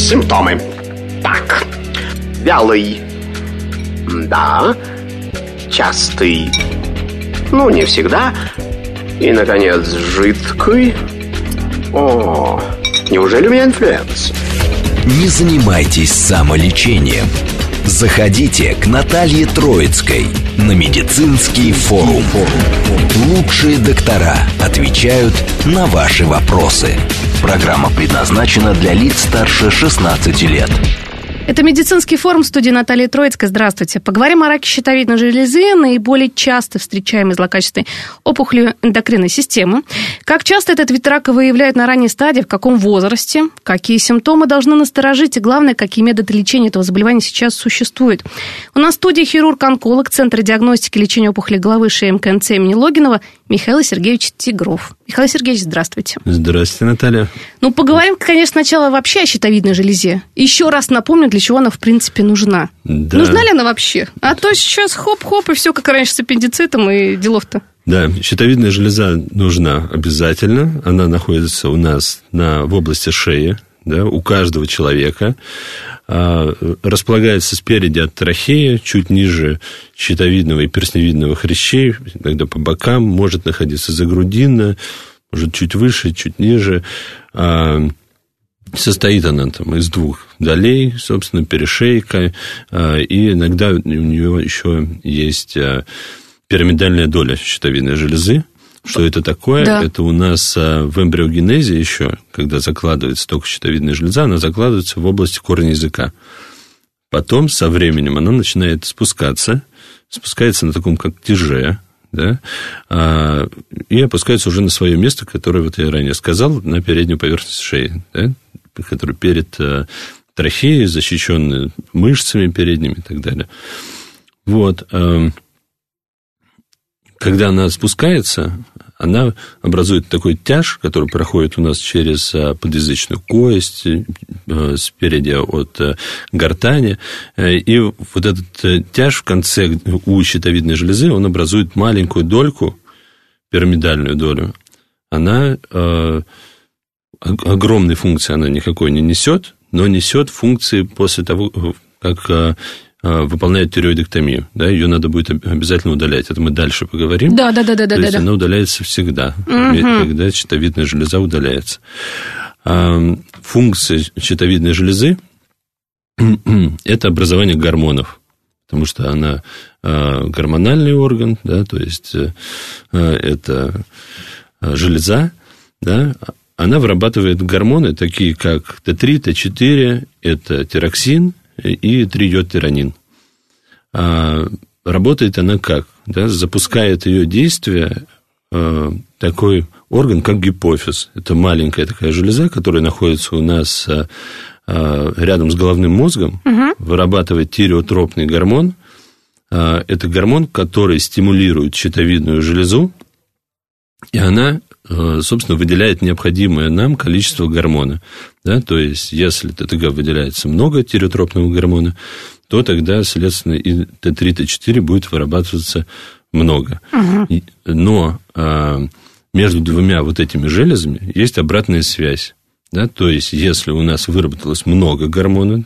Симптомы. Так, вялый. Да. Частый. Ну, не всегда. И, наконец, жидкий. О, неужели у меня инфлюенс? Не занимайтесь самолечением. Заходите к Наталье Троицкой на медицинский форум. Лучшие доктора отвечают на ваши вопросы. Программа предназначена для лиц старше 16 лет. Это медицинский форум, в студии Наталья Троицкая. Здравствуйте. Поговорим о раке щитовидной железы, наиболее часто встречаемой злокачественной опухолью эндокринной системы. Как часто этот вид рака выявляют на ранней стадии, в каком возрасте, какие симптомы должны насторожить и, главное, какие методы лечения этого заболевания сейчас существуют. У нас в студии хирург-онколог Центра диагностики и лечения опухолей головы, шеи МКНЦ имени Логинова Михаил Сергеевич Тигров. Михаил Сергеевич, здравствуйте. Здравствуйте, Наталья. Ну, поговорим, конечно, сначала вообще о щитовидной железе. Еще раз напомню, для чего она, в принципе, нужна. Да. Нужна ли она вообще? А то сейчас хоп-хоп, и все как раньше с аппендицитом, и делов-то. Да, щитовидная железа нужна обязательно. Она находится у нас в области шеи, да, у каждого человека. Располагается спереди от трахеи, чуть ниже щитовидного и перстневидного хрящей, иногда по бокам, может находиться загрудинно, может чуть выше, чуть ниже. Состоит она там из двух долей, собственно, перешейка, и иногда у нее еще есть пирамидальная доля щитовидной железы. Что это такое? Да. Это у нас в эмбриогенезе еще, когда закладывается только щитовидная железа, она закладывается в области корня языка. Потом, со временем, она начинает спускается на таком, как тиже, да, и опускается уже на свое место, которое, вот я ранее сказал, на переднюю поверхность шеи, да, которая перед трахеей, защищенная мышцами передними и так далее. Вот. Когда она спускается, она образует такой тяж, который проходит у нас через подъязычную кость, спереди от гортани. И вот этот тяж в конце у щитовидной железы, он образует маленькую дольку, пирамидальную долю. Она огромной функции она никакой не несет, но несет функции после того, как выполняет тиреоидектомию, да, ее надо будет обязательно удалять. Это мы дальше поговорим. Да. То есть она удаляется всегда, когда щитовидная железа удаляется. Функция щитовидной железы – это образование гормонов, потому что она гормональный орган, да, то есть это железа, да, она вырабатывает гормоны, такие как Т3, Т4, это тироксин и 3-йод-тиронин. Работает она как? Да? Запускает ее действие такой орган, как гипофиз. Это маленькая такая железа, которая находится у нас рядом с головным мозгом, вырабатывает тиреотропный гормон. Это гормон, который стимулирует щитовидную железу, и она, собственно, выделяет необходимое нам количество гормона. Да? То есть, если ТТГ выделяется много тиреотропного гормона, то тогда, следственно, и Т3, Т4 будет вырабатываться много. Но между двумя вот этими железами есть обратная связь. Да? То есть, если у нас выработалось много гормона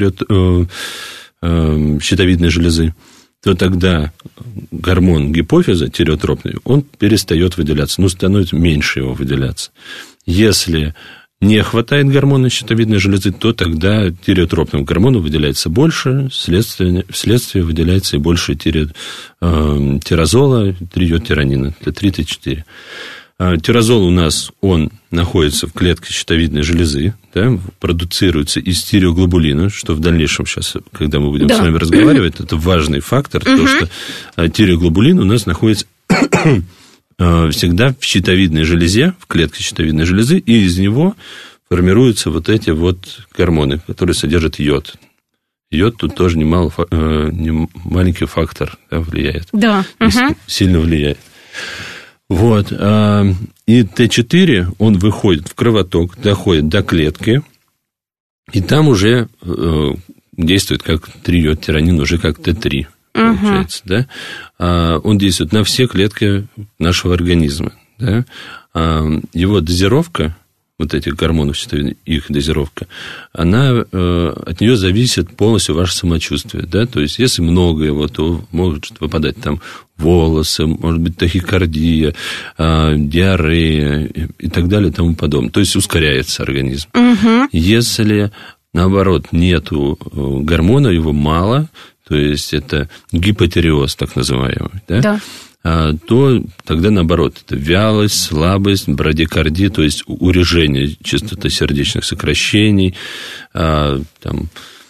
щитовидной железы, то тогда гормон гипофиза, тиреотропный, он перестает выделяться, становится меньше его выделяться. Если не хватает гормона щитовидной железы, то тогда тиреотропного гормона выделяется больше, вследствие выделяется и больше тирозола, 3-йод-тиронина, Т3, Т4. Тирозол у нас, он находится в клетке щитовидной железы, да, продуцируется из тиреоглобулина, что в дальнейшем сейчас, когда мы будем с вами разговаривать, это важный фактор, потому что тиреоглобулин у нас находится всегда в щитовидной железе, в клетке щитовидной железы, и из него формируются вот эти вот гормоны, которые содержат йод. Йод тут тоже не маленький фактор, да, влияет. Да. Сильно влияет. Вот. И Т4, он выходит в кровоток, доходит до клетки, и там уже действует как 3-йод-тиронин, уже как Т3, получается, да? Он действует на все клетки нашего организма, да? Его дозировка вот этих гормонов щитовидной, их дозировка, она, от нее зависит полностью ваше самочувствие, да, то есть, если много его, то может выпадать там волосы, может быть, тахикардия, диарея и так далее и тому подобное, то есть, ускоряется организм. Угу. Если, наоборот, нету гормона, его мало, то есть, это гипотиреоз, так называемый, да? То тогда, наоборот, это вялость, слабость, брадикардия, то есть урежение частоты сердечных сокращений, там,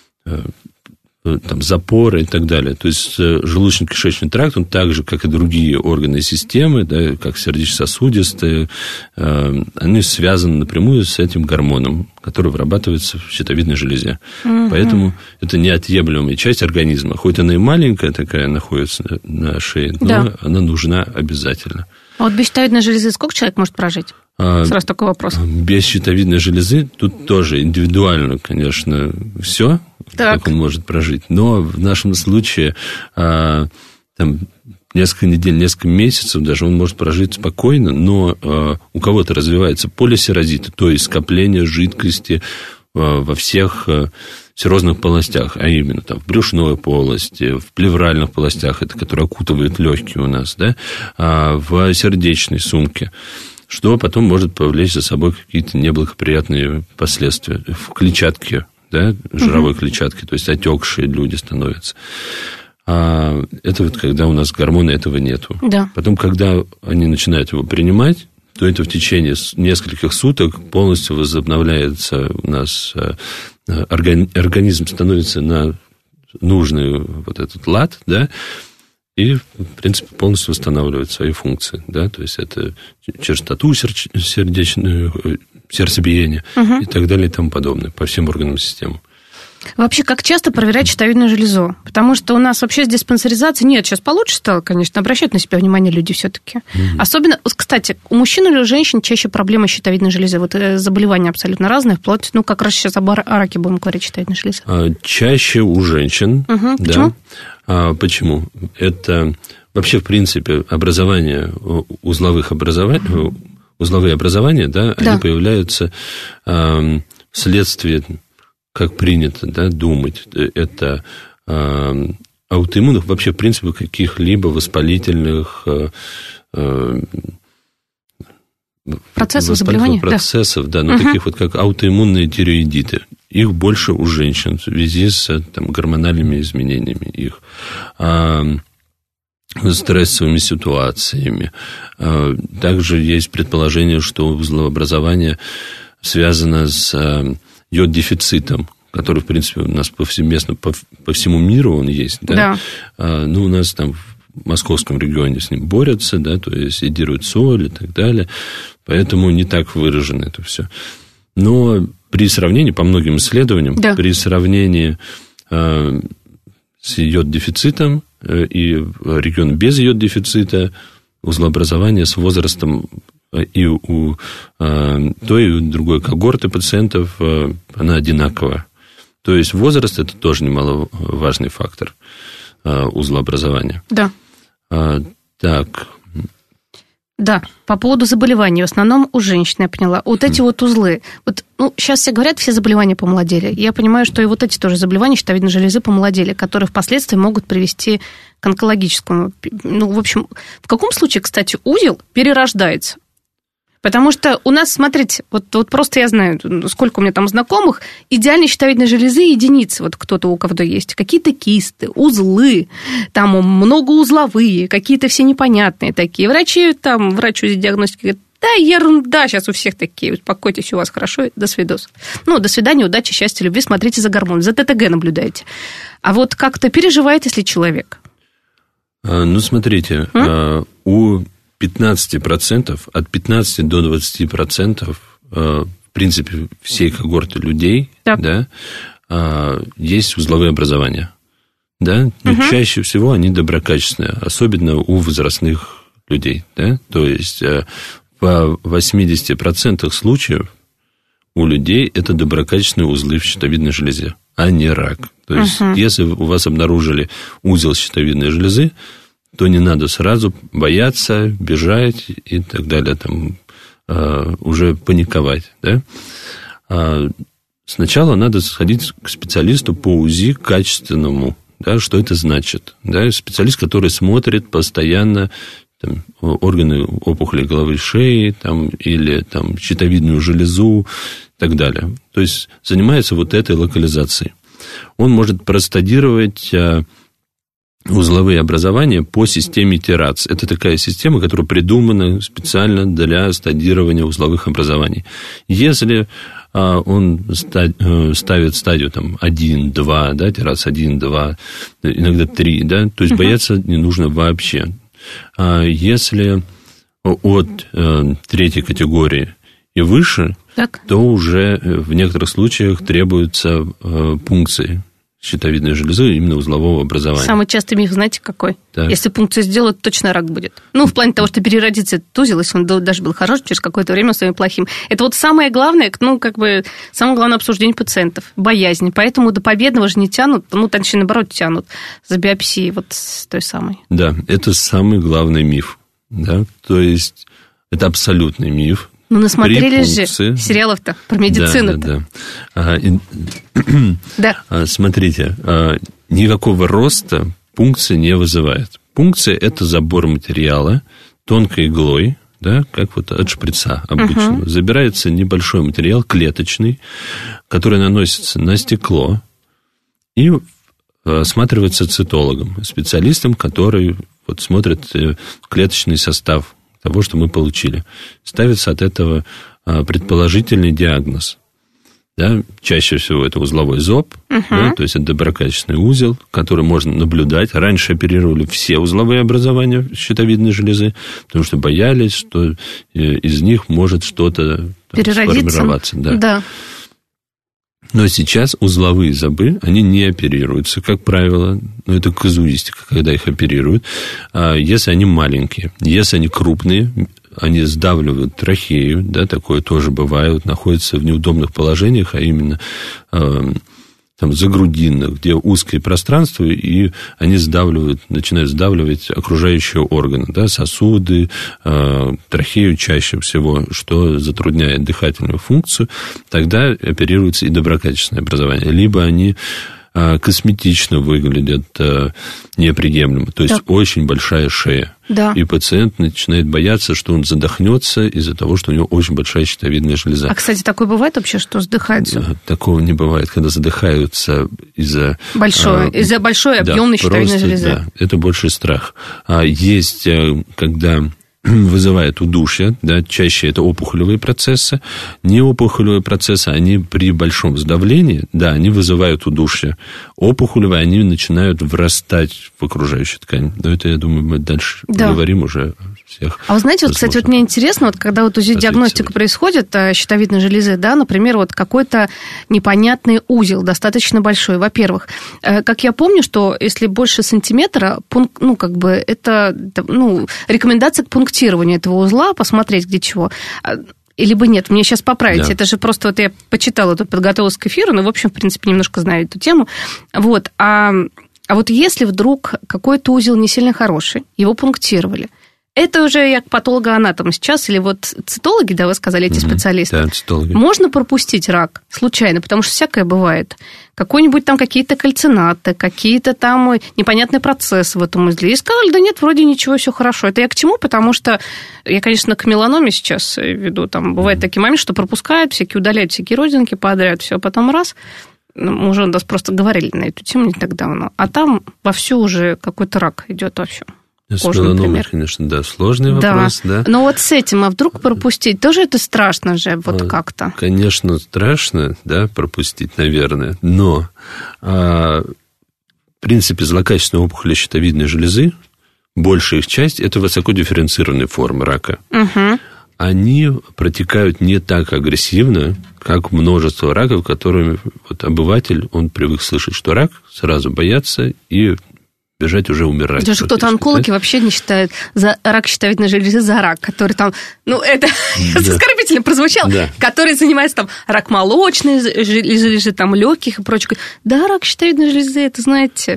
запоры и так далее. То есть желудочно-кишечный тракт, он так же, как и другие органы и системы, да, как сердечно-сосудистые, они связаны напрямую с этим гормоном, который вырабатывается в щитовидной железе. Угу. Поэтому это неотъемлемая часть организма. Хоть она и маленькая такая находится на шее, но она нужна обязательно. А вот без щитовидной железы сколько человек может прожить? Сразу такой вопрос. Без щитовидной железы тут тоже индивидуально, конечно, все, как он может прожить. Но в нашем случае там, несколько недель, несколько месяцев даже он может прожить спокойно, но у кого-то развивается полисерозит, то есть скопление жидкости во всех серозных полостях, а именно там, в брюшной полости, в плевральных полостях, это которые окутывают легкие у нас, да, в сердечной сумке, что потом может повлечь за собой какие-то неблагоприятные последствия в клетчатке, да, жировой клетчатке, то есть отекшие люди становятся. Это вот когда у нас гормона этого нету. Да. Потом, когда они начинают его принимать, то это в течение нескольких суток полностью возобновляется у нас, организм становится на нужный вот этот лад, да, и, в принципе, полностью восстанавливает свои функции, да, то есть это частоту сердечную, сердцебиения и так далее и тому подобное по всем органам системы. Вообще, как часто проверять щитовидную железу? Потому что у нас вообще с диспансеризацией... Нет, сейчас получше стало, конечно, обращают на себя внимание люди все-таки. Особенно, кстати, у мужчин или у женщин чаще проблемы щитовидной железы. Вот заболевания абсолютно разные, вплоть, как раз сейчас об раке будем говорить, щитовидной железы. Чаще у женщин, да. Почему? Почему? Это вообще, в принципе, образование, узловые образования, да, они появляются вследствие... как принято, да, думать, это аутоиммунных, вообще, в принципе, каких-либо воспалительных процессов, заболеваний, да, но таких вот, как аутоиммунные тиреоидиты. Их больше у женщин в связи с там, гормональными изменениями их, стрессовыми ситуациями. Также есть предположение, что узлообразование связано с йод-дефицитом, который, в принципе, у нас повсеместно по всему миру он есть, да? Ну, у нас там в московском регионе с ним борются, да, то есть йодируют соль и так далее, поэтому не так выражено это все. Но при сравнении, по многим исследованиям, при сравнении с йод-дефицитом и регион без йод-дефицита, узлообразование с возрастом и у той, и у другой когорты пациентов она одинакова. То есть возраст – это тоже немаловажный фактор узлообразования. Да. Так. Да, по поводу заболеваний, в основном у женщин, я поняла. Вот эти вот узлы. Вот, сейчас все говорят, все заболевания помолодели. Я понимаю, что и вот эти тоже заболевания щитовидной железы помолодели, которые впоследствии могут привести к онкологическому. В общем, в каком случае, кстати, узел перерождается? Потому что у нас, смотрите, вот просто я знаю, сколько у меня там знакомых, идеальной щитовидной железы единицы, вот кто-то у кого-то есть, какие-то кисты, узлы, там многоузловые, какие-то все непонятные такие. Врачи, врач диагностики говорит, да, ерунда, сейчас у всех такие, успокойтесь, у вас хорошо, до свидос. До свидания, удачи, счастья, любви, смотрите за гормон, за ТТГ наблюдайте. А вот как-то переживает, если человек? Смотрите, у 15%, от 15 до 20%, в принципе, всей когорты людей, да, есть узловые образования. Да? Но чаще всего они доброкачественные, особенно у возрастных людей. Да? То есть, в 80% случаев у людей это доброкачественные узлы в щитовидной железе, а не рак. То есть, если у вас обнаружили узел щитовидной железы, то не надо сразу бояться, бежать и так далее, уже паниковать, да? Сначала надо сходить к специалисту по УЗИ качественному, да, что это значит, да? Специалист, который смотрит постоянно там, органы опухоли головы и шеи, там, или там, щитовидную железу и так далее. То есть занимается вот этой локализацией. Он может простадировать узловые образования по системе TERATS. Это такая система, которая придумана специально для стадирования узловых образований. Если он ставит стадию там, 1, 2, да, TERATS 1, 2, иногда 3, да, то есть бояться не нужно вообще. Если от третьей категории и выше, так, то уже в некоторых случаях требуются пункции щитовидной железы именно узлового образования. Самый частый миф, знаете, какой? Так. Если пункцию сделают, точно рак будет. Ну, в плане того, что переродится этот узел, если он даже был хороший, через какое-то время он станет плохим. Это вот самое главное, ну, как бы, самое главное обсуждение пациентов, боязнь. Поэтому до победного же не тянут, ну, точнее, наоборот, тянут за биопсией вот с той самой. Да, это самый главный миф. Да? То есть, это абсолютный миф. Ну, насмотрелись же сериалов-то про медицину-то. Да. Смотрите, никакого роста пункция не вызывает. Пункция – это забор материала тонкой иглой, да, как вот от шприца обычно. Забирается небольшой материал, клеточный, который наносится на стекло и осматривается цитологом, специалистом, который вот смотрит клеточный состав того, что мы получили. Ставится от этого предположительный диагноз. Да? Чаще всего это узловой зоб, да? То есть это доброкачественный узел, который можно наблюдать. Раньше оперировали все узловые образования щитовидной железы, потому что боялись, что из них может что-то сформироваться. Да. Но сейчас узловые зобы, они не оперируются, как правило. Но это казуистика, когда их оперируют. Если они маленькие, если они крупные, они сдавливают трахею, да, такое тоже бывает, находятся в неудобных положениях, а именно там, загрудинных, где узкое пространство, и они начинают сдавливать окружающие органы, да, сосуды, трахею чаще всего, что затрудняет дыхательную функцию, тогда оперируется и доброкачественное образование. Либо они косметично выглядят неприемлемо, то есть очень большая шея. Да. И пациент начинает бояться, что он задохнется из-за того, что у него очень большая щитовидная железа. А, кстати, такое бывает вообще, что задыхаются? Такого не бывает, когда задыхаются из-за большой объемной щитовидной железы. Да, это больше страх. Есть, когда вызывает удушье, да, чаще это опухолевые процессы. Неопухолевые процессы, они при большом сдавлении, да, они вызывают удушье. Опухолевые, они начинают врастать в окружающую ткань. Но это, я думаю, мы дальше поговорим уже всех. А вы знаете, вот, кстати, вот мне интересно, вот когда вот УЗИ-диагностика происходит щитовидной железы, да, например, вот какой-то непонятный узел, достаточно большой. Во-первых, как я помню, что если больше сантиметра, ну, как бы это, ну, рекомендация к пунктированию этого узла, посмотреть, где чего. Либо нет, мне сейчас поправите. Да. Это же просто вот я почитала, тут подготовилась к эфиру, но, в общем, в принципе, немножко знаю эту тему. Вот. А вот если вдруг какой-то узел не сильно хороший, его пунктировали, это уже я к патологоанатому сейчас, или вот цитологи, да, вы сказали, эти специалисты. Да, цитологи. Можно пропустить рак случайно, потому что всякое бывает. Какой-нибудь там какие-то кальцинаты, какие-то там непонятные процессы в этом узле. И сказали, да нет, вроде ничего, все хорошо. Это я к чему? Потому что я, конечно, к меланоме сейчас веду. Там бывают такие моменты, что пропускают, всякие удаляют, всякие родинки подряд, все, потом раз. Мы уже просто говорили на эту тему не так давно. А там вовсю уже какой-то рак идет вовсю. С меланомой, конечно, да, сложный вопрос, да. Но вот с этим, а вдруг пропустить, тоже это страшно же, вот как-то? Конечно, страшно, да, пропустить, наверное, но, в принципе, злокачественные опухоли щитовидной железы, большая их часть, это высокодифференцированные формы рака. Они протекают не так агрессивно, как множество раков, которыми вот обыватель, он привык слышать, что рак, сразу бояться и бежать уже умирать. Потому что кто-то онкологи вообще не считают за рак щитовидной железы за рак, который там, ну, это оскорбительно прозвучало, который занимается там рак молочной железы, там, легких и прочее. Да, рак щитовидной железы, это, знаете,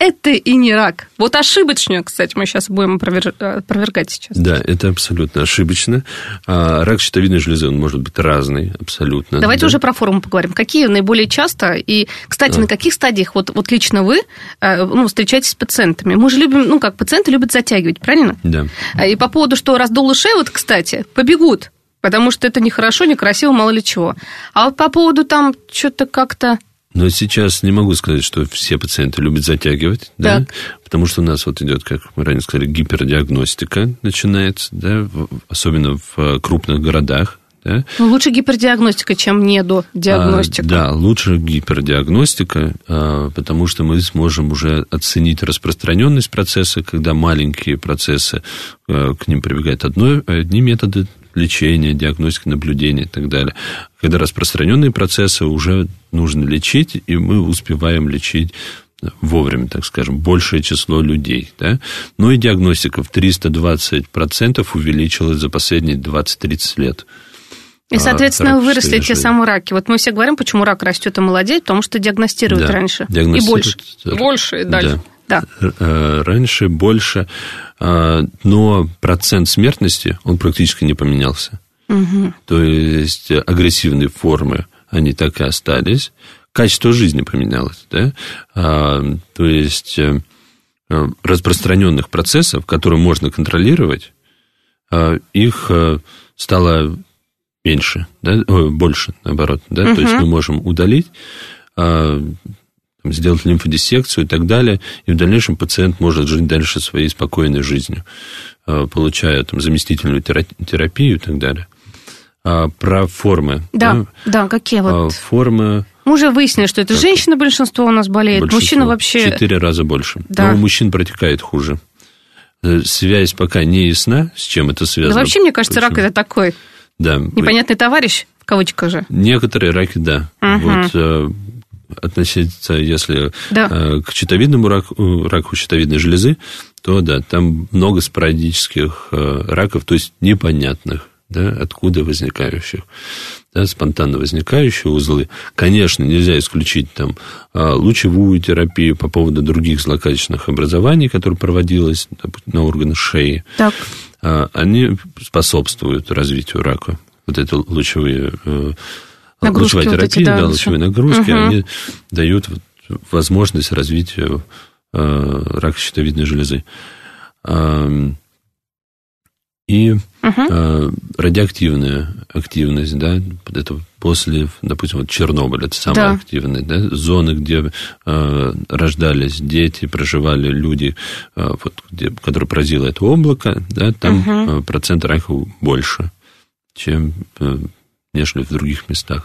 это и не рак. Вот ошибочно, кстати, мы сейчас будем опровергать сейчас. Да, это абсолютно ошибочно. Рак щитовидной железы, он может быть разный, абсолютно. Давайте уже про форму поговорим. Какие наиболее часто? И, кстати, на каких стадиях вот лично вы встречаетесь с пациентами? Мы же любим, как пациенты любят затягивать, правильно? Да. И по поводу, что раздула шею, вот, кстати, побегут, потому что это нехорошо, некрасиво, мало ли чего. А вот по поводу там что-то как-то... Но сейчас не могу сказать, что все пациенты любят затягивать, да, потому что у нас вот идет, как мы ранее сказали, гипердиагностика начинается, да, особенно в крупных городах. Да. Лучше гипердиагностика, чем недодиагностика. Да, лучше гипердиагностика, потому что мы сможем уже оценить распространенность процесса, когда маленькие процессы, к ним прибегают одни методы лечения, диагностика, наблюдения и так далее. Когда распространенные процессы, уже нужно лечить, и мы успеваем лечить вовремя, так скажем, большее число людей. Да? Ну и диагностика в 320% увеличилась за последние 20-30 лет. И, соответственно, выросли те самые раки. Вот мы все говорим, почему рак растет и молодеет, потому что диагностируют раньше. И больше. Больше и дальше. Да. Раньше больше, но процент смертности, он практически не поменялся. Угу. То есть агрессивные формы, они так и остались. Качество жизни поменялось. Да? То есть распространенных процессов, которые можно контролировать, их стало меньше, да? Больше, наоборот. Да? Угу. То есть мы можем удалить, сделать лимфодиссекцию и так далее, и в дальнейшем пациент может жить дальше своей спокойной жизнью, получая заместительную терапию и так далее. Про формы. Да, какие вот? Формы... Мы уже выяснили, что это женщина большинство у нас болеет, мужчина вообще... 4 раза больше. Да. Но у мужчин протекает хуже. Связь пока не ясна, с чем это связано. Да вообще, мне кажется, рак это такой непонятный товарищ, в кавычках же. Некоторые раки, да. Вот... Относиться, если к щитовидному раку щитовидной железы, то да, там много спорадических раков, то есть непонятных, да, откуда возникающих, да, спонтанно возникающие узлы. Конечно, нельзя исключить там лучевую терапию по поводу других злокачественных образований, которые проводилось на органах шеи. Так. Они способствуют развитию рака. Вот это лучевые лучевая терапия, лучевые нагрузки, они дают возможность развития рака щитовидной железы. И радиоактивная активность, да, это после, допустим, Чернобыль, это самая активная, да, зоны, где рождались дети, проживали люди, которые поразило это облако, да, там процент рака больше, чем... нежели в других местах.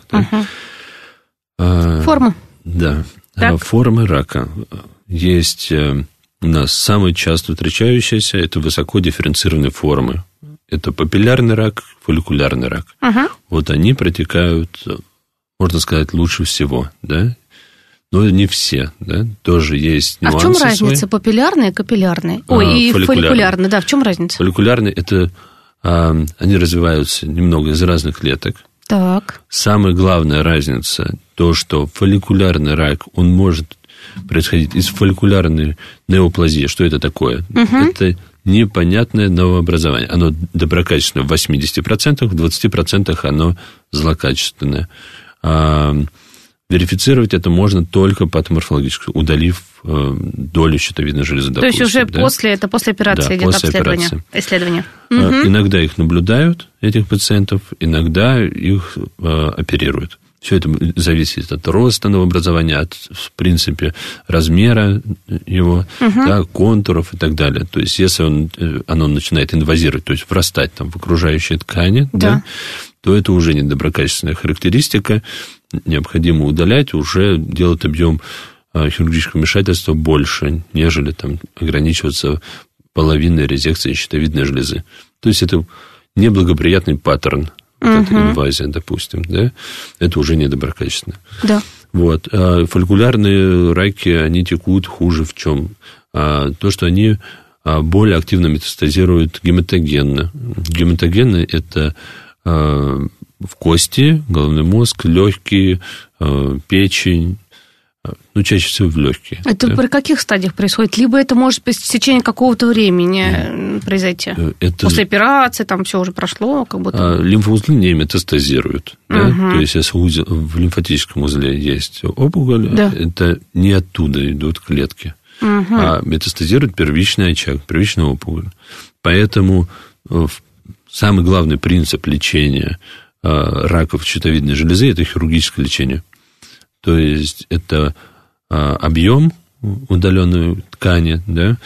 Да? Формы. Да. Формы рака. Есть у нас самые часто встречающиеся, это высоко дифференцированные формы. Это папиллярный рак, фолликулярный рак. Вот они протекают, можно сказать, лучше всего. Да? Но не все. Да? Тоже есть нюансы. А в чем разница? Папиллярный и капиллярный? И фолликулярный. Да, в чем разница? Фолликулярный – это они развиваются немного из разных клеток. Так. Самая главная разница то, что фолликулярный рак, он может происходить из фолликулярной неоплазии. Что это такое? Это непонятное новообразование. Оно доброкачественное в 80%, в 20% оно злокачественное. Верифицировать это можно только патоморфологически, удалив долю щитовидной железы. То есть уже после операции идет исследование. Иногда их наблюдают, этих пациентов, иногда их оперируют. Все это зависит от роста новообразования, от, в принципе, размера его, контуров и так далее. То есть, если оно начинает инвазировать, то есть врастать там в окружающие ткани, то это уже недоброкачественная характеристика. Необходимо удалять, уже делать объем хирургического вмешательства больше, нежели там ограничиваться половиной резекции щитовидной железы. То есть, это неблагоприятный паттерн. Вот эта инвазия, допустим, да, это уже недоброкачественно. Да. Вот. Фолликулярные раки, они текут хуже в чем? То, что они более активно метастазируют гематогенно. Гематогенно – это в кости, головной мозг, легкие, печень, чаще всего в легкие. Это при каких стадиях происходит? Либо это может в течение какого-то времени произойти? После операции, там все уже прошло, как будто... Лимфоузлы не метастазируют. Да? То есть, если в лимфатическом узле есть опухоль, это не оттуда идут клетки. А метастазирует первичный очаг, первичная опухоль. Поэтому самый главный принцип лечения раков щитовидной железы – это хирургическое лечение. То есть, это объем удаленной ткани, да,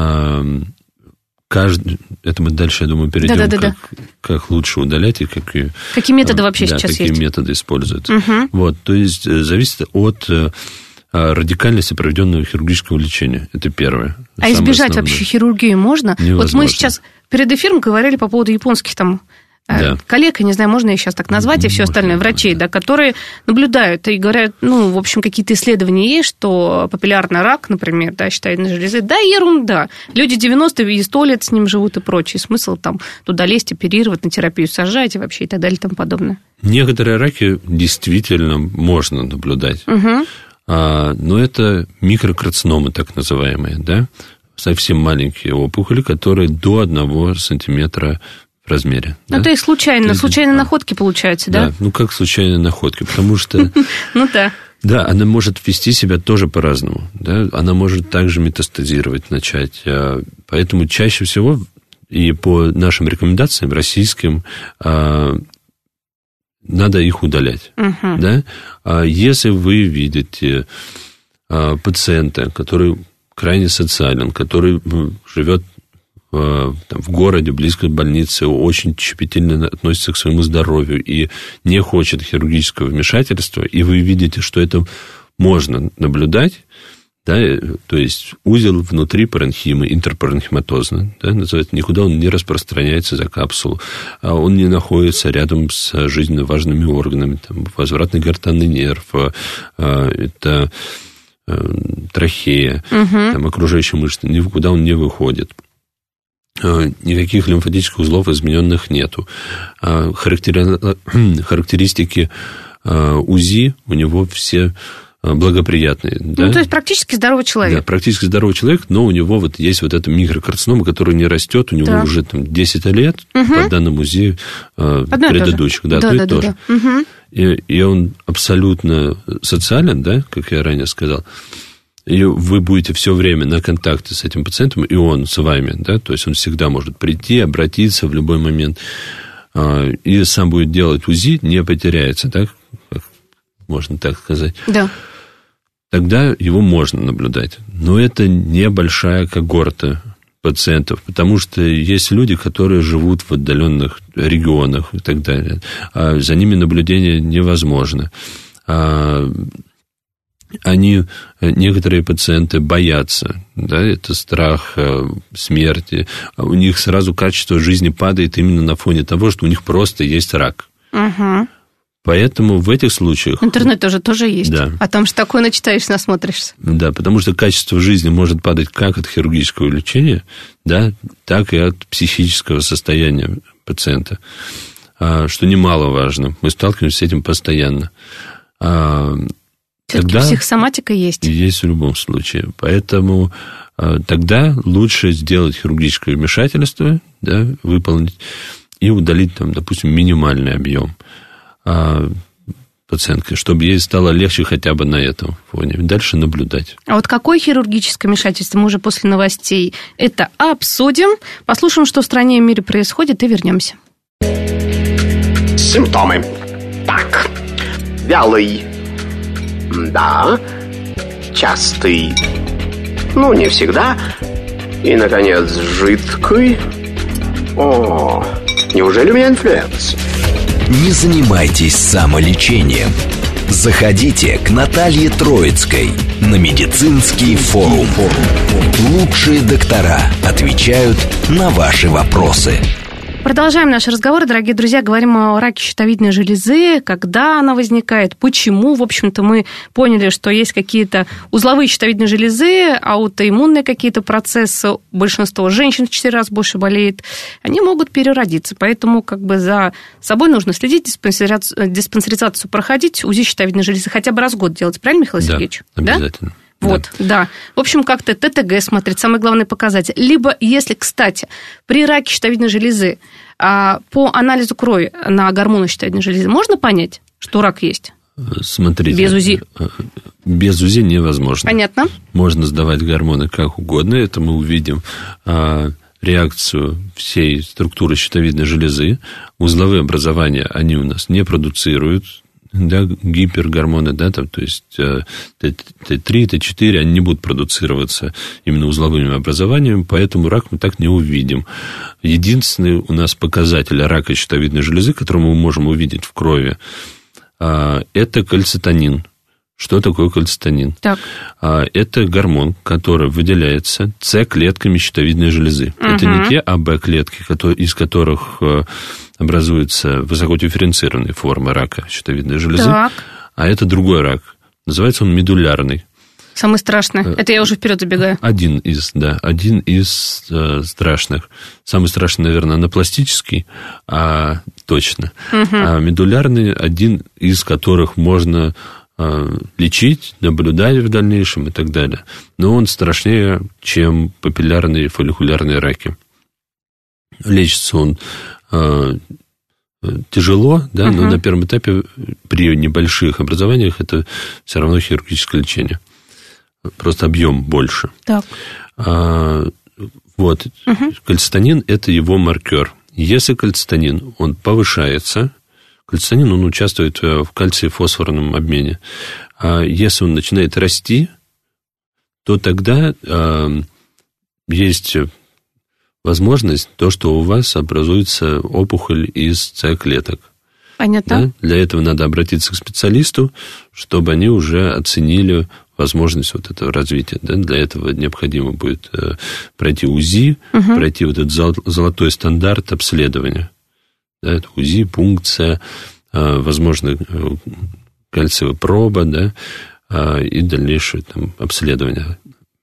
это мы дальше, я думаю, перейдем, как лучше удалять и какие методы вообще сейчас есть. Какие методы используют. Вот, то есть, зависит от радикальности проведенного хирургического лечения. Это первое. А избежать вообще хирургии можно? Невозможно. Вот мы сейчас перед эфиром говорили по поводу японских там коллег, я не знаю, можно их сейчас так назвать, и все остальное, врачей, да, которые наблюдают и говорят, в общем, какие-то исследования есть, что папиллярный рак, например, да, щитовидной железы, да, ерунда. Люди 90 и 100 лет с ним живут и прочее. Смысл там туда лезть, оперировать, на терапию сажать и вообще и так далее и тому подобное. Некоторые раки действительно можно наблюдать. Но это микрокарциномы, так называемые, да, совсем маленькие опухоли, которые до 1 сантиметра в размере. Это и случайные находки получаются, да? Да, как случайные находки, потому что... Да, она может вести себя тоже по-разному, да, она может также метастазировать начать, поэтому чаще всего и по нашим рекомендациям российским надо их удалять, да. Если вы видите пациента, который крайне социален, который живет в городе, близко к больнице, очень щепетильно относится к своему здоровью и не хочет хирургического вмешательства, и вы видите, что это можно наблюдать, да, то есть узел внутри паренхимы, интерпаренхиматозно, да, называется, никуда он не распространяется за капсулу, он не находится рядом с жизненно важными органами, там, возвратный гортанный нерв, это трахея, там, окружающие мышцы, никуда он не выходит. Никаких лимфатических узлов измененных нету. Характеристики УЗИ у него все благоприятные. Да? То есть практически здоровый человек. Да, практически здоровый человек, но у него есть эта микрокарцинома, которая не растет, у него уже 10 лет, по данным УЗИ предыдущих. Да, то и тоже. И он абсолютно социален, да, как я ранее сказал. И вы будете все время на контакте с этим пациентом, и он с вами, да, то есть он всегда может прийти, обратиться в любой момент, и сам будет делать УЗИ, не потеряется, да, можно так сказать. Да. Тогда его можно наблюдать. Но это небольшая когорта пациентов, потому что есть люди, которые живут в отдаленных регионах и так далее. За ними наблюдение невозможно. Некоторые пациенты боятся, да, это страх смерти, у них сразу качество жизни падает именно на фоне того, что у них просто есть рак. Поэтому в этих случаях... Интернет тоже есть. Да. А там же такое начитаешь, насмотришься. Да, потому что качество жизни может падать как от хирургического лечения, да, так и от психического состояния пациента, что немаловажно. Мы сталкиваемся с этим постоянно. Все-таки психосоматика есть. Есть в любом случае. Поэтому тогда лучше сделать хирургическое вмешательство, да, выполнить, и удалить, там, допустим, минимальный объем пациентки, чтобы ей стало легче хотя бы на этом фоне. Дальше наблюдать. А вот какое хирургическое вмешательство? Мы уже после новостей это обсудим. Послушаем, что в стране и мире происходит, и вернемся. Симптомы. Так. Вялый. Да. Частый. Не всегда. И, наконец, жидкий. О, неужели у меня инфлюенс? Не занимайтесь самолечением. Заходите к Наталье Троицкой на медицинский форум. Лучшие доктора отвечают на ваши вопросы. Продолжаем наш разговор, дорогие друзья. Говорим о раке щитовидной железы, когда она возникает, почему. В общем-то, мы поняли, что есть какие-то узловые щитовидные железы, аутоиммунные какие-то процессы. Большинство женщин в 4 раза больше болеет. Они могут переродиться. Поэтому за собой нужно следить, диспансеризацию проходить, УЗИ щитовидной железы хотя бы раз в год делать. Правильно, Михаил Сергеевич? Обязательно. Вот, да. В общем, как-то ТТГ смотреть, самый главный показатель. Либо, если, кстати, при раке щитовидной железы по анализу крови на гормоны щитовидной железы можно понять, что рак есть? Смотрите. Без УЗИ? Без УЗИ невозможно. Понятно. Можно сдавать гормоны как угодно, это мы увидим реакцию всей структуры щитовидной железы. Узловые образования, они у нас не продуцируют, да, гипергормоны, да, там, то есть Т3, Т4, они не будут продуцироваться именно узловыми образованиями, поэтому рак мы так не увидим. Единственный у нас показатель рака щитовидной железы, который мы можем увидеть в крови, это кальцитонин. Что такое кальцитонин? Так. Это гормон, который выделяется С-клетками щитовидной железы. Угу. Это не те АБ-клетки, из которых образуются высокодифференцированные формы рака щитовидной железы, так. А это другой рак. Называется он медулярный. Самый страшный. Это я уже вперед забегаю. Один из страшных. Самый страшный, наверное, анапластический, точно. Угу. А медулярный, один из которых можно лечить, наблюдать в дальнейшем и так далее. Но он страшнее, чем папиллярные и фолликулярные раки. Лечится он тяжело, да, но на первом этапе при небольших образованиях это все равно хирургическое лечение. Просто объем больше. Так. Кальцитонин – это его маркер. Если кальцитонин, он повышается, кальцитонин, он участвует в кальций-фосфорном обмене. А если он начинает расти, то тогда есть возможность, что у вас образуется опухоль из С-клеток. Понятно. Да? Для этого надо обратиться к специалисту, чтобы они уже оценили возможность этого развития. Да? Для этого необходимо будет пройти УЗИ, пройти этот золотой стандарт обследования. Да, это УЗИ, пункция, возможно, кальциевая проба, да, и дальнейшее обследование.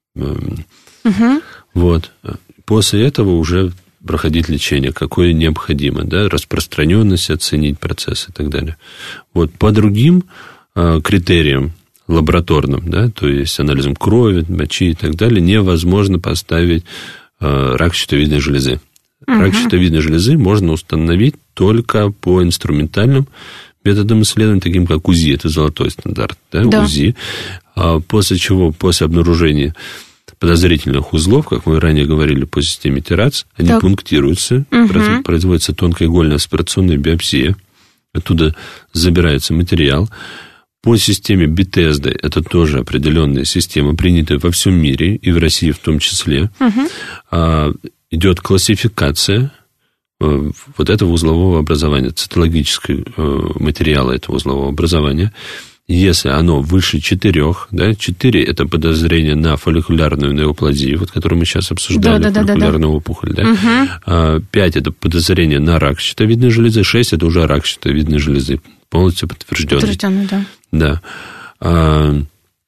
Вот. После этого уже проходить лечение, какое необходимо, да, распространенность оценить процесс и так далее. Вот. По другим критериям лабораторным, да, то есть анализом крови, мочи и так далее, невозможно поставить рак щитовидной железы. Рак щитовидной железы можно установить только по инструментальным методам исследования, таким как УЗИ, это золотой стандарт, да. УЗИ, после чего, после обнаружения подозрительных узлов, как мы ранее говорили, по системе ТИРАЦ, они пунктируются, производится тонкоигольная аспирационная биопсия, оттуда забирается материал. По системе Bethesda, это тоже определенная система, принятая во всем мире, и в России в том числе, идет классификация вот этого узлового образования, цитологического материала этого узлового образования. Если оно выше 4, да, 4 – это подозрение на фолликулярную неоплазию, вот, которую мы сейчас обсуждали, фолликулярную опухоль, да. 5 – это подозрение на рак щитовидной железы, 6 – это уже рак щитовидной железы, полностью подтвержденный. Подтвержденный, да. Да.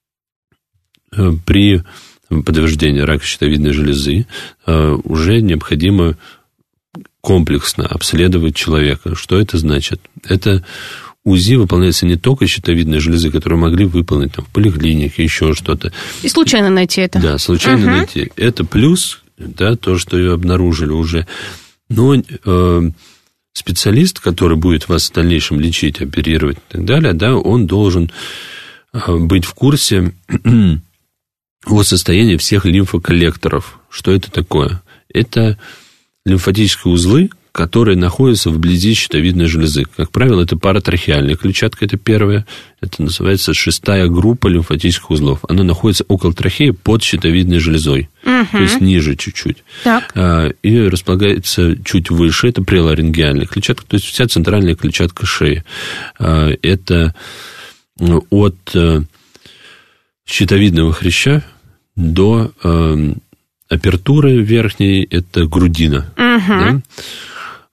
При подтверждении рака щитовидной железы уже необходимо комплексно обследовать человека. Что это значит? Это УЗИ выполняется не только щитовидной железы, которую могли выполнить в поликлинике, еще что-то. И случайно найти это. Да, случайно найти. Это плюс, да, то, что ее обнаружили уже. Но специалист, который будет вас в дальнейшем лечить, оперировать и так далее, да, он должен быть в курсе о состоянии всех лимфоколлекторов. Что это такое? Это лимфатические узлы, которые находятся вблизи щитовидной железы. Как правило, это паратрахеальная клетчатка, это первая. Это называется 6-я группа лимфатических узлов. Она находится около трахеи под щитовидной железой. То есть ниже чуть-чуть. Так. И располагается чуть выше. Это преларингеальная клетчатка, то есть вся центральная клетчатка шеи. Это от щитовидного хряща до апертуры верхней, это грудина. Да?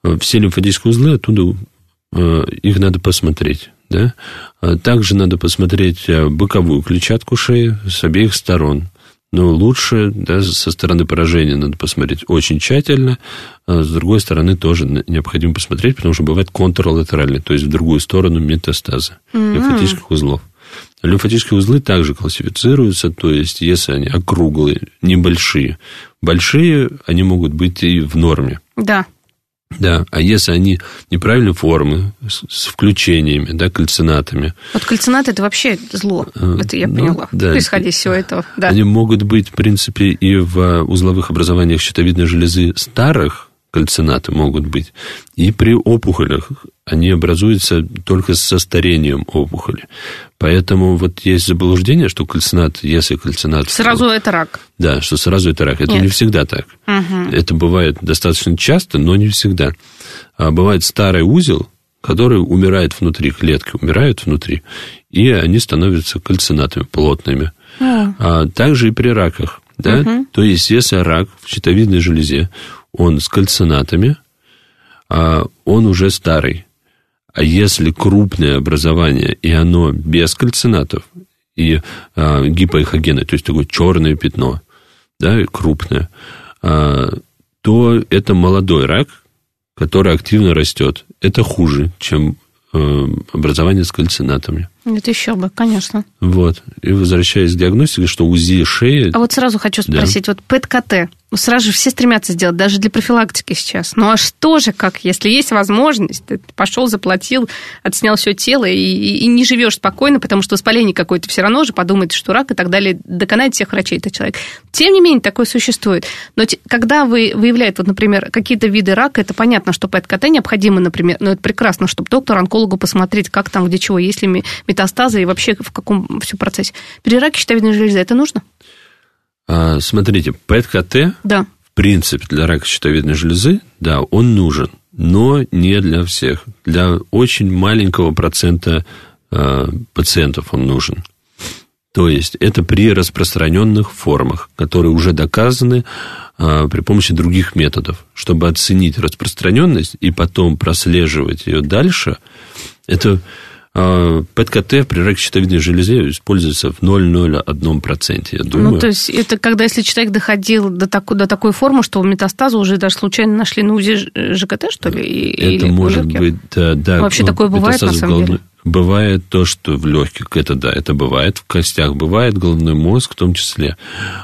все лимфатические узлы, оттуда их надо посмотреть. Да? Также надо посмотреть боковую клетчатку шеи с обеих сторон. Но лучше, да, со стороны поражения надо посмотреть очень тщательно, а с другой стороны тоже необходимо посмотреть, потому что бывает контрлатеральный, то есть в другую сторону метастазы лимфатических узлов. Лимфатические узлы также классифицируются, то есть если они округлые, небольшие, большие, они могут быть и в норме. Да. Да, а если они неправильной формы, с включениями, да, кальцинатами. Вот кальцинаты – это вообще зло, это я поняла, да, исходя из всего этого. Да. Они могут быть, в принципе, и в узловых образованиях щитовидной железы старых, кальцинаты могут быть, и при опухолях они образуются только со старением опухоли. Поэтому вот есть заблуждение, что кальцинат, если кальцинат... Сразу это рак. Да, что сразу это рак. Это не всегда так. Угу. Это бывает достаточно часто, но не всегда. А бывает старый узел, который умирает внутри, клетки умирают внутри, и они становятся кальцинатами плотными. А также и при раках. Да? Угу. То есть, если рак в щитовидной железе, он с кальцинатами, он уже старый. А если крупное образование, и оно без кальцинатов, и гипоэхогенное, то есть такое черное пятно, да, крупное, то это молодой рак, который активно растет. Это хуже, чем образование с кальцинатами. Это еще бы, конечно. Вот. И возвращаясь к диагностике, что УЗИ шеи... А вот сразу хочу спросить, вот ПЭТ-КТ, сразу же все стремятся сделать, даже для профилактики сейчас. Ну, а что же, как, если есть возможность, ты пошел, заплатил, отснял все тело и не живешь спокойно, потому что воспаление какое-то все равно же, подумает, что рак и так далее, доконает всех врачей этот человек. Тем не менее, такое существует. Но когда выявляют, вот, например, какие-то виды рака, это понятно, что ПЭТ-КТ необходимо, например, но это прекрасно, чтобы доктор-онкологу посмотреть, как там, где чего, есть ли метастазы и вообще в каком все процессе. При раке щитовидной железы это нужно? Смотрите, ПЭТ-КТ, да, в принципе, для рака щитовидной железы, да, он нужен, но не для всех. Для очень маленького процента пациентов он нужен. То есть, это при распространенных формах, которые уже доказаны при помощи других методов. Чтобы оценить распространенность и потом прослеживать ее дальше, это... ПЭТ-КТ при раке щитовидной железы используется в 0,01%, я думаю. Ну, то есть, это когда, если человек доходил до такой формы, что метастазы уже даже случайно нашли на УЗИ ЖКТ, что ли? Это может быть, да. Вообще такое бывает, на самом деле? Бывает то, что в легких, это бывает, в костях бывает, головной мозг в том числе.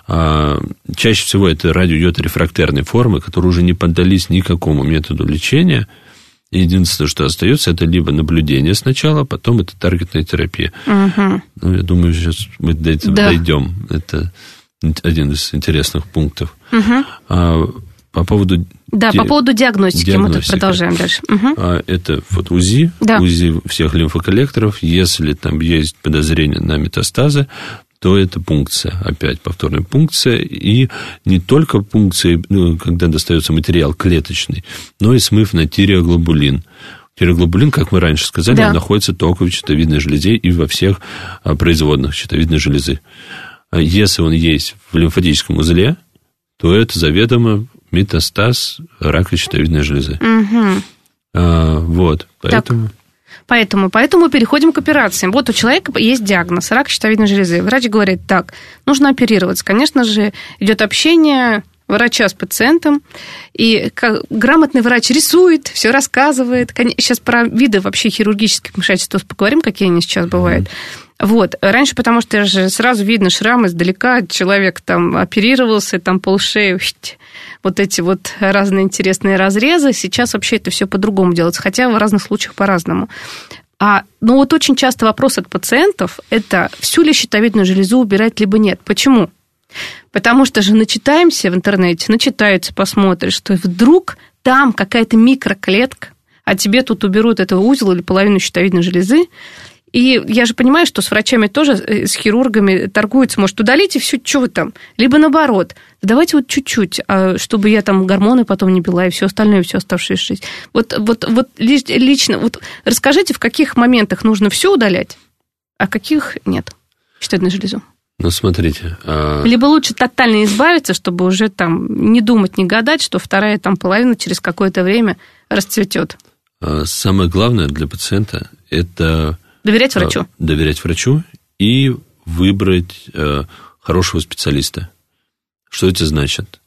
Чаще всего это радиойод-рефрактерные формы, которые уже не поддались никакому методу лечения. Единственное, что остается, это либо наблюдение сначала, потом это таргетная терапия. Угу. Ну, я думаю, сейчас мы до этого дойдем. Это один из интересных пунктов. Угу. По поводу... Да, по поводу диагностики мы тут продолжаем дальше. Угу. Это вот УЗИ, УЗИ всех лимфоколлекторов. Если там есть подозрение на метастазы, то это пункция, опять повторная пункция, и не только пункции, когда достается материал клеточный, но и смыв на тиреоглобулин. Тиреоглобулин, как мы раньше сказали, он находится только в щитовидной железе и во всех производных щитовидной железы. Если он есть в лимфатическом узле, то это заведомо метастаз рака щитовидной железы. Угу. Вот, поэтому... Поэтому переходим к операциям. Вот у человека есть диагноз рак щитовидной железы. Врач говорит, так, нужно оперироваться. Конечно же, идет общение врача с пациентом, и грамотный врач рисует, все рассказывает. Сейчас про виды вообще хирургических вмешательств поговорим, какие они сейчас бывают. Вот. Раньше, потому что же сразу видно шрам издалека, человек там оперировался, там полшеи, вот эти вот разные интересные разрезы. Сейчас вообще это все по-другому делается, хотя в разных случаях по-разному. Но вот очень часто вопрос от пациентов – это всю ли щитовидную железу убирать, либо нет. Почему? Потому что же начитаемся в интернете, начитаются, посмотришь, что вдруг там какая-то микроклетка, а тебе тут уберут этот узел или половину щитовидной железы. И я же понимаю, что с врачами тоже, с хирургами торгуются. Может, удалите все, что вы там? Либо наоборот. Давайте вот чуть-чуть, чтобы я там гормоны потом не пила и все остальное, всю оставшуюся жизнь. Вот лично, вот расскажите, в каких моментах нужно все удалять, а в каких нет щитовидную железу? Ну, смотрите. Либо лучше тотально избавиться, чтобы уже там не думать, не гадать, что вторая там половина через какое-то время расцветет. Самое главное для пациента – это… Доверять врачу. Доверять врачу и выбрать хорошего специалиста. Что это значит?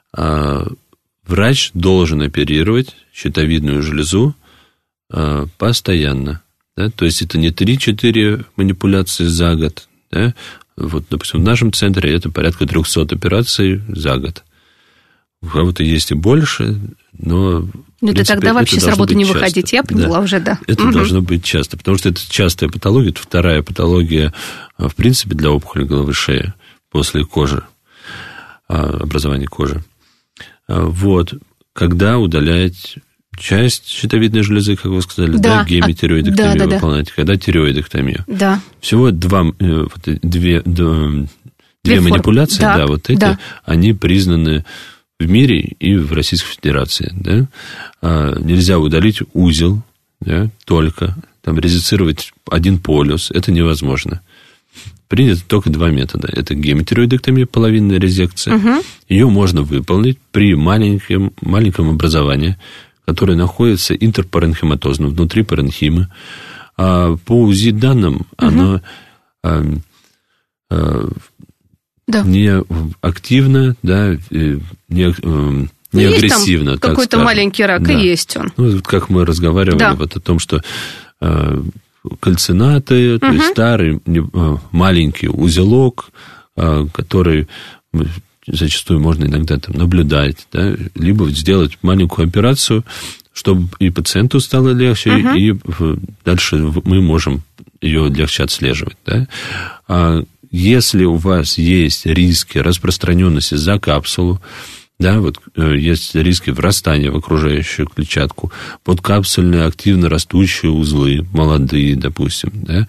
Врач должен оперировать щитовидную железу постоянно. Да? То есть, это не 3-4 манипуляции за год. Да? Вот, допустим, в нашем центре это порядка 300 операций за год. У кого-то есть и больше, но… Это тогда вообще с работы не выходить, я поняла уже, да. Это должно быть часто, потому что это частая патология, это вторая патология, в принципе, для опухоли головы шеи после кожи, образования кожи. Вот, когда удалять часть щитовидной железы, как вы сказали, да, гемитиреоидэктомию выполнять, когда тиреоидэктомию. Да. Всего две манипуляции, да, вот эти, они признаны в мире и в Российской Федерации. Да? Нельзя удалить узел, да, только там, резецировать один полюс, это невозможно. Принято только 2 метода. Это гемитиреоидэктомия, половинная резекция. Ее можно выполнить при маленьком образовании, которое находится интерпаренхиматозно, внутри паренхимы. А по УЗИ данным оно не активно, да, не агрессивно. Там какой-то маленький рак, и есть он. Ну, вот как мы разговаривали вот о том, что кальцинаты, то есть старый маленький узелок, который зачастую можно иногда там наблюдать, да, либо сделать маленькую операцию, чтобы и пациенту стало легче, и дальше мы можем ее легче отслеживать. Да. Если у вас есть риски распространенности за капсулу, да, вот есть риски врастания в окружающую клетчатку, подкапсульные активно растущие узлы, молодые, допустим, да,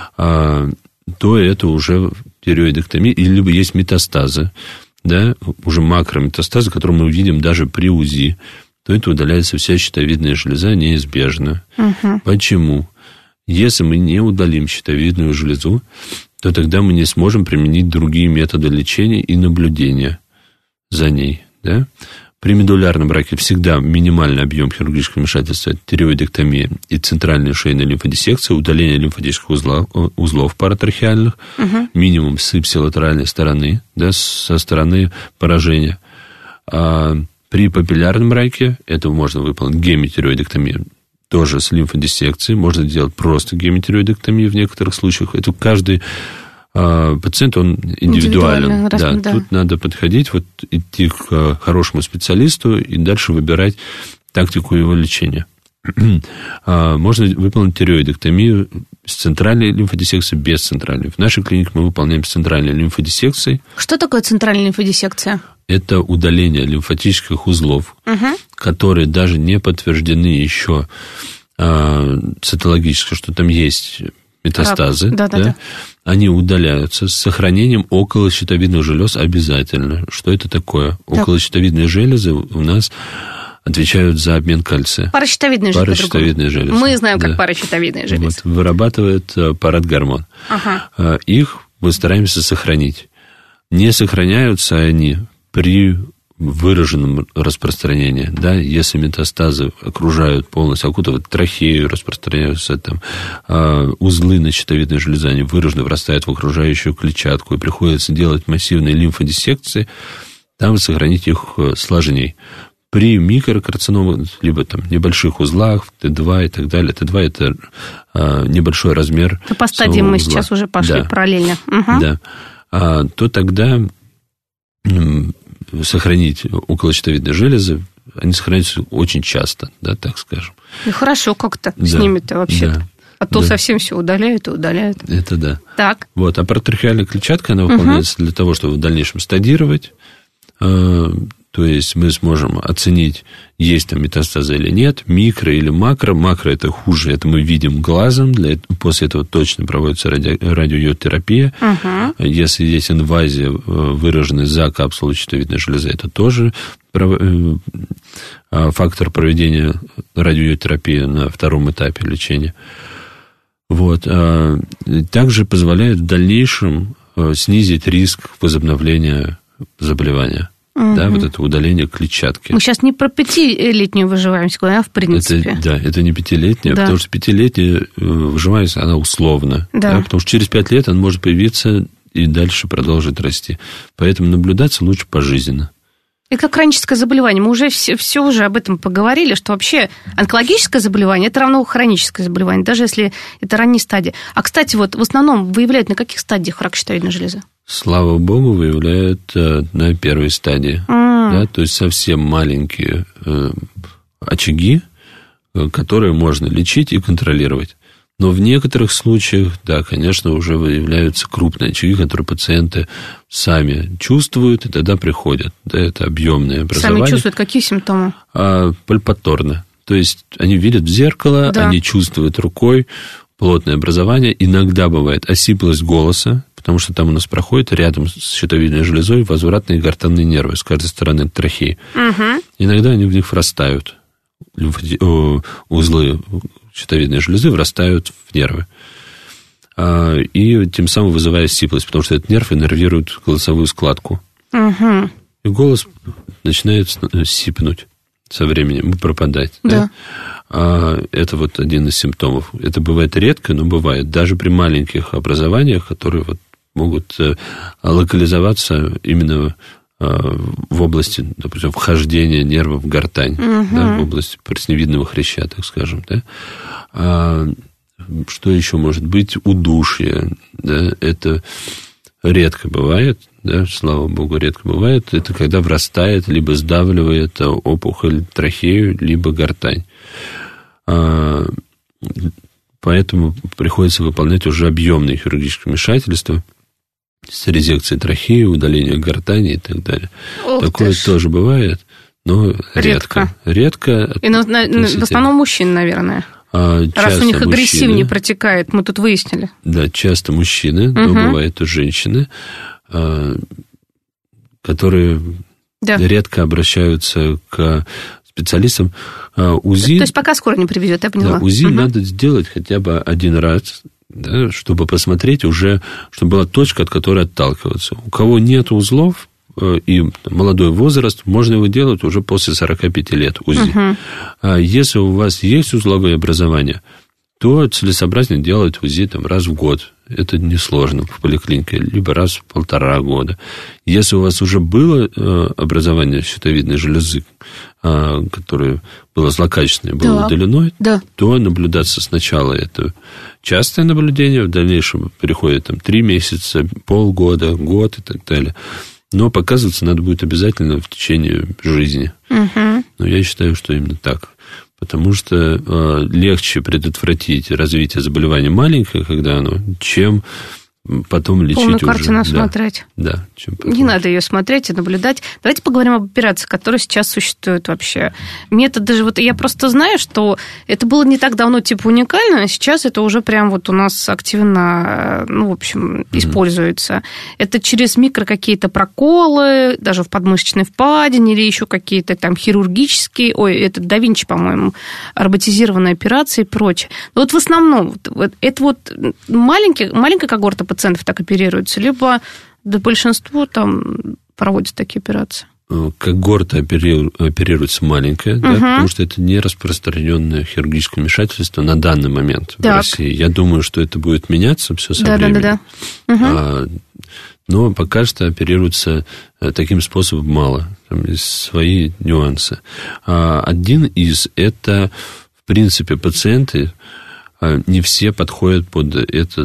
то это уже тиреоидэктомия, либо есть метастазы, да, уже макрометастазы, которые мы увидим даже при УЗИ, то это удаляется вся щитовидная железа неизбежно. Почему? Если мы не удалим щитовидную железу, то тогда мы не сможем применить другие методы лечения и наблюдения за ней. Да? При медулярном раке всегда минимальный объем хирургического вмешательства – тиреоидэктомия и центральная шейная лимфодиссекция, удаление лимфатических узлов паратрахеальных, минимум с ипсилатеральной стороны, да, со стороны поражения. А при папиллярном раке это можно выполнить гемитиреоидэктомию, тоже с лимфодиссекцией, можно делать просто гемитиреоидэктомию в некоторых случаях. Это каждый пациент, он индивидуален. Да. Тут надо подходить, вот, идти к хорошему специалисту и дальше выбирать тактику его лечения. Можно выполнить тиреоидэктомию с центральной лимфодиссекцией, без центральной. В нашей клинике мы выполняем с центральной лимфодиссекцией. Что такое центральная лимфодиссекция? Это удаление лимфатических узлов, которые даже не подтверждены еще цитологически, что там есть метастазы. Да. Они удаляются с сохранением околощитовидных желез обязательно. Что это такое? Околощитовидные железы у нас отвечают за обмен кальция. Паращитовидные железы. Мы знаем, как паращитовидные железы. Вот, вырабатывает парадгормон. Их мы стараемся сохранить. Не сохраняются они при выраженном распространении, да, если метастазы окружают полностью, окутывают трахею, распространяются там, узлы на щитовидной железе, они выражены, врастают в окружающую клетчатку, и приходится делать массивные лимфодиссекции, там сохранить их сложнее. При микрокарциномах, либо там небольших узлах, Т2 и так далее, Т2 – это небольшой размер. По стадиям мы сейчас уже пошли параллельно. Да. То тогда сохранить околощитовидные железы, они сохраняются очень часто, да, так скажем. Ну, хорошо как-то с ними-то вообще-то. Да. А то совсем все удаляют и удаляют. Это да. Так. Вот, а паратрахеальная клетчатка, она выполняется для того, чтобы в дальнейшем стадировать. То есть мы сможем оценить, есть там метастазы или нет, микро или макро. Макро – это хуже, это мы видим глазом. После этого точно проводится радиойодтерапия. Если есть инвазия, выраженная за капсулу щитовидной железы, это тоже фактор проведения радиойодтерапии на втором этапе лечения. Вот. Также позволяет в дальнейшем снизить риск возобновления заболевания. Да, вот это удаление клетчатки. Мы сейчас не про 5-летнюю выживаемость говорим, а в принципе. Это не 5-летняя, потому что 5-летняя выживаемость, она условна. Да. Потому что через 5 лет она может появиться и дальше продолжит расти. Поэтому наблюдаться лучше пожизненно. И как хроническое заболевание. Мы уже все уже об этом поговорили, что вообще онкологическое заболевание – это равно хроническое заболевание, даже если это ранней стадии. А, кстати, вот в основном выявляют на каких стадиях рак щитовидной железы? Слава богу, выявляют на первой стадии. Да, то есть совсем маленькие очаги, которые можно лечить и контролировать. Но в некоторых случаях, да, конечно, уже выявляются крупные очаги, которые пациенты сами чувствуют и тогда приходят. Да, это объемное образование. Сами чувствуют какие симптомы? Пальпаторно. То есть они видят в зеркало, да. Они чувствуют рукой плотное образование. Иногда бывает осиплость голоса, потому что там у нас проходит рядом с щитовидной железой возвратные гортанные нервы с каждой стороны трахеи. Угу. Иногда они в них врастают. Узлы щитовидной железы врастают в нервы. И тем самым вызывая сиплость, потому что этот нерв иннервирует голосовую складку. Угу. И голос начинает сипнуть со временем и пропадать. Да. Это вот один из симптомов. Это бывает редко, но бывает. Даже при маленьких образованиях, которые вот могут локализоваться именно в области, допустим, вхождения нерва в гортань, да, в области поршневидного хряща, так скажем. Да. Что еще может быть? Удушье. Да, это редко бывает, да, слава богу, редко бывает. Это когда врастает, либо сдавливает опухоль трахею, либо гортань. Поэтому приходится выполнять уже объемные хирургические вмешательства с резекцией трахеи, удалением гортани и так далее. Такое тоже бывает, но редко. Редко. И в основном мужчин, наверное. Раз у них агрессивнее протекает, мы тут выяснили. Да, часто мужчины, но бывают и женщины, которые редко обращаются к специалистам. УЗИ... То есть пока скоро не приведет, я поняла. Да, УЗИ надо сделать хотя бы один раз, да, чтобы посмотреть уже, чтобы была точка, от которой отталкиваться. У кого нет узлов и молодой возраст, можно его делать уже после 45 лет УЗИ. Если у вас есть узловые образования, то целесообразнее делать УЗИ раз в год. Это несложно в поликлинике, либо раз в 1,5 года. Если у вас уже было образование щитовидной железы, которое было злокачественное, было удалено, то наблюдаться сначала это частое наблюдение, в дальнейшем переходит 3 месяца, полгода, год и так далее. Но показываться надо будет обязательно в течение жизни. Но я считаю, что именно так. Потому что легче предотвратить развитие заболевания маленькое, когда оно, чем потом лечить полную уже. Картину смотреть. Да. Не надо ее смотреть и наблюдать. Давайте поговорим об операциях, которые сейчас существуют вообще. Метод даже я просто знаю, что это было не так давно уникально, а сейчас это уже прям у нас активно, используется. Это через микро какие-то проколы, даже в подмышечной впадине или еще какие-то хирургические, это да Винчи, по-моему, роботизированные операции и прочее. Но в основном это маленькая когорта пациентов так оперируются, либо большинство проводят такие операции? Когорта оперируется маленькая, да, потому что это не распространенное хирургическое вмешательство на данный момент в России. Я думаю, что это будет меняться все со временем. Но пока что оперируется таким способом мало. Там есть свои нюансы. Один из – это, в принципе, пациенты, не все подходят под этот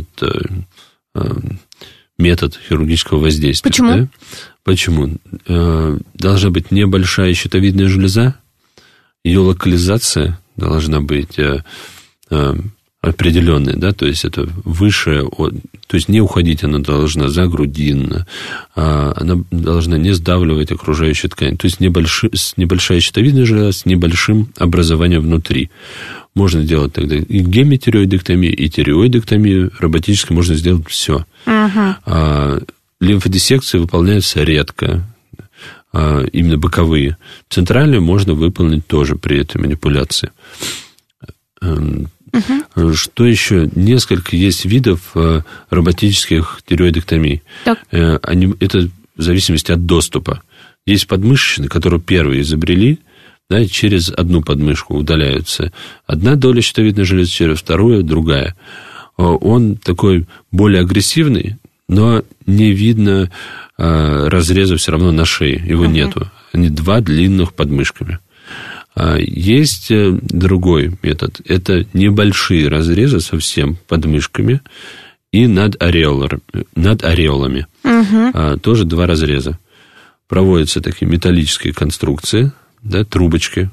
метод хирургического воздействия. Почему? Да? Почему? Должна быть небольшая щитовидная железа, ее локализация должна быть определенная, да, то есть это выше, то есть не уходить она должна за грудинно, она должна не сдавливать окружающую ткань, то есть небольшая щитовидная железа с небольшим образованием внутри. Можно делать тогда и гемитиреоидектомию, и тиреоидектомию, роботически можно сделать все. Лимфодиссекции выполняются редко, именно боковые. Центральную можно выполнить тоже при этой манипуляции. Что еще? Несколько есть видов роботических тиреоидэктомий. Это в зависимости от доступа. Есть подмышечные, которые первые изобрели, да, через одну подмышку удаляются одна доля щитовидной железы, через вторую другая. Он такой более агрессивный, но не видно разреза все равно на шее, его нету. Они два длинных подмышками. Есть другой метод. Это небольшие разрезы совсем подмышками и над ореолами. Тоже два разреза. Проводятся такие металлические конструкции, да, трубочки,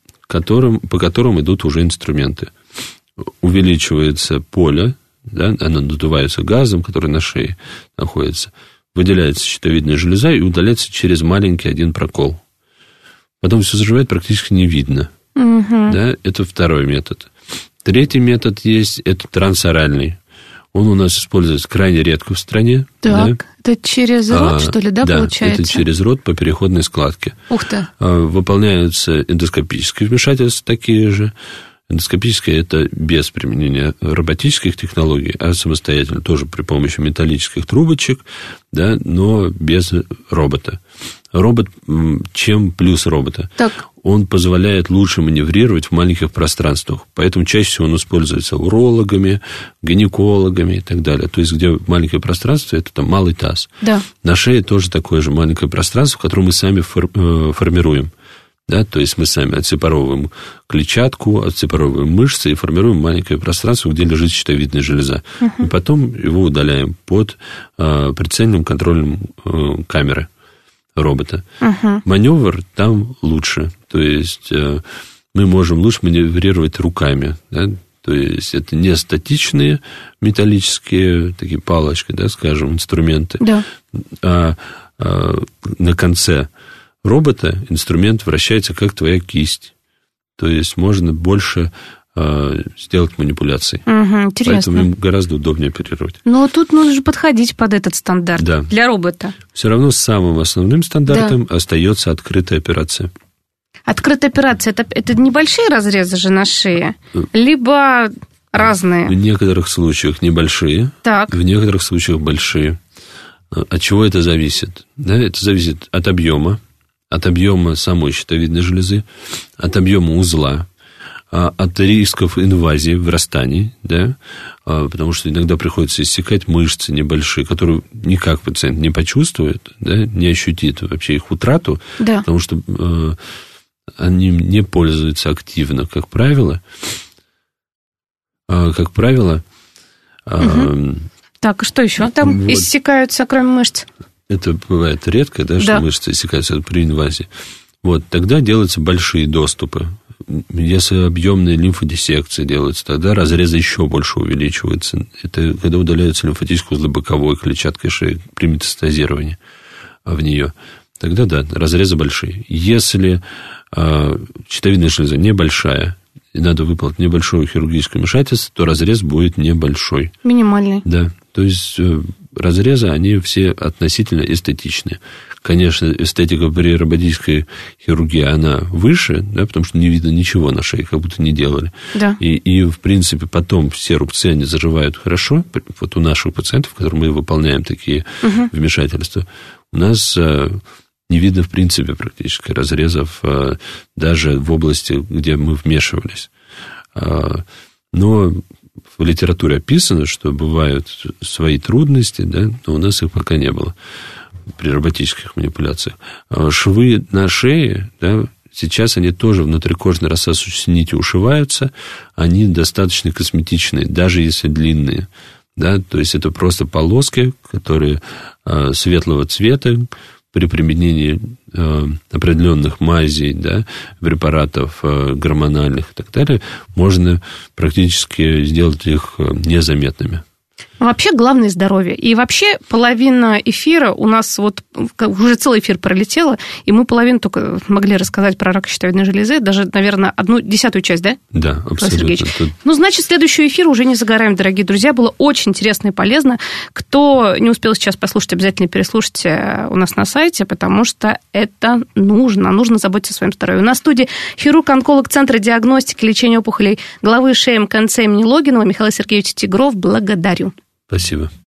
по которым идут уже инструменты. Увеличивается поле, да, оно надувается газом, который на шее находится. Выделяется щитовидная железа и удаляется через маленький один прокол. Потом все заживает, практически не видно. Да, это второй метод. Третий метод есть, это трансоральный. Он у нас используется крайне редко в стране. Так, да? Это через рот, что ли, да, получается? Это через рот по переходной складке. Ух ты. Выполняются эндоскопические вмешательства такие же. Эндоскопическое – это без применения роботических технологий, а самостоятельно, тоже при помощи металлических трубочек, да, но без робота. Робот, чем плюс робота? Так. Он позволяет лучше маневрировать в маленьких пространствах. Поэтому чаще всего он используется урологами, гинекологами и так далее. То есть, где маленькое пространство, это там малый таз. Да. На шее тоже такое же маленькое пространство, которое мы сами формируем. Да, то есть мы сами отсепаровываем клетчатку, отсепаровываем мышцы и формируем маленькое пространство, где лежит щитовидная железа. И потом его удаляем под прицельным контролем камеры робота. Маневр там лучше. То есть мы можем лучше маневрировать руками. Да? То есть это не статичные металлические такие палочки, да, скажем, инструменты, а на конце робота инструмент вращается, как твоя кисть. То есть можно больше сделать манипуляций. Интересно. Поэтому им гораздо удобнее оперировать. Но тут нужно же подходить под этот стандарт для робота. Все равно самым основным стандартом остается открытая операция. Открытая операция – это небольшие разрезы же на шее, либо разные? В некоторых случаях небольшие, в некоторых случаях большие. От чего это зависит? Да, это зависит от объема самой щитовидной железы, от объема узла, от рисков инвазии, врастаний, да, потому что иногда приходится иссекать мышцы небольшие, которые никак пациент не почувствует, да, не ощутит вообще их утрату, потому что они не пользуются активно, как правило. Так, что еще там иссякаются, кроме мышц? Это бывает редко, да, что мышцы иссякаются при инвазии. Тогда делаются большие доступы. Если объемные лимфодиссекции делаются, тогда разрезы еще больше увеличиваются. Это когда удаляются лимфатические узлы боковой клетчаткой шеи при метастазировании в нее. Тогда разрезы большие. Если щитовидная железа небольшая, и надо выполнить небольшое хирургическое вмешательство, то разрез будет небольшой. Минимальный. Да, то есть разрезы, они все относительно эстетичные. Конечно, эстетика при роботической хирургии, она выше, да, потому что не видно ничего на шее, как будто не делали. Да. И в принципе, потом все рубцы, они заживают хорошо. Вот у наших пациентов, которым мы выполняем такие вмешательства, у нас не видно, в принципе, практически разрезов даже в области, где мы вмешивались. Но в литературе описано, что бывают свои трудности, да, но у нас их пока не было при роботических манипуляциях. Швы на шее, да, сейчас они тоже внутрикожной рассасывающейся нитью ушиваются, они достаточно косметичные, даже если длинные. Да, то есть это просто полоски, которые светлого цвета, при применении определенных мазей, да, препаратов гормональных и так далее, можно практически сделать их незаметными. Вообще, главное здоровье. И вообще, половина эфира у нас вот уже целый эфир пролетело, и мы половину только могли рассказать про рак щитовидной железы, даже, наверное, 1/10 часть, да? Да, абсолютно. Ну, значит, следующий эфир уже не за горами, дорогие друзья. Было очень интересно и полезно. Кто не успел сейчас послушать, обязательно переслушайте у нас на сайте, потому что это нужно. Нужно заботиться о своем здоровье. У нас в студии хирург-онколог Центра диагностики и лечения опухолей головы, шеи, МКНЦ имени Логинова Михаил Сергеевич Тигров. Благодарю. Спасибо.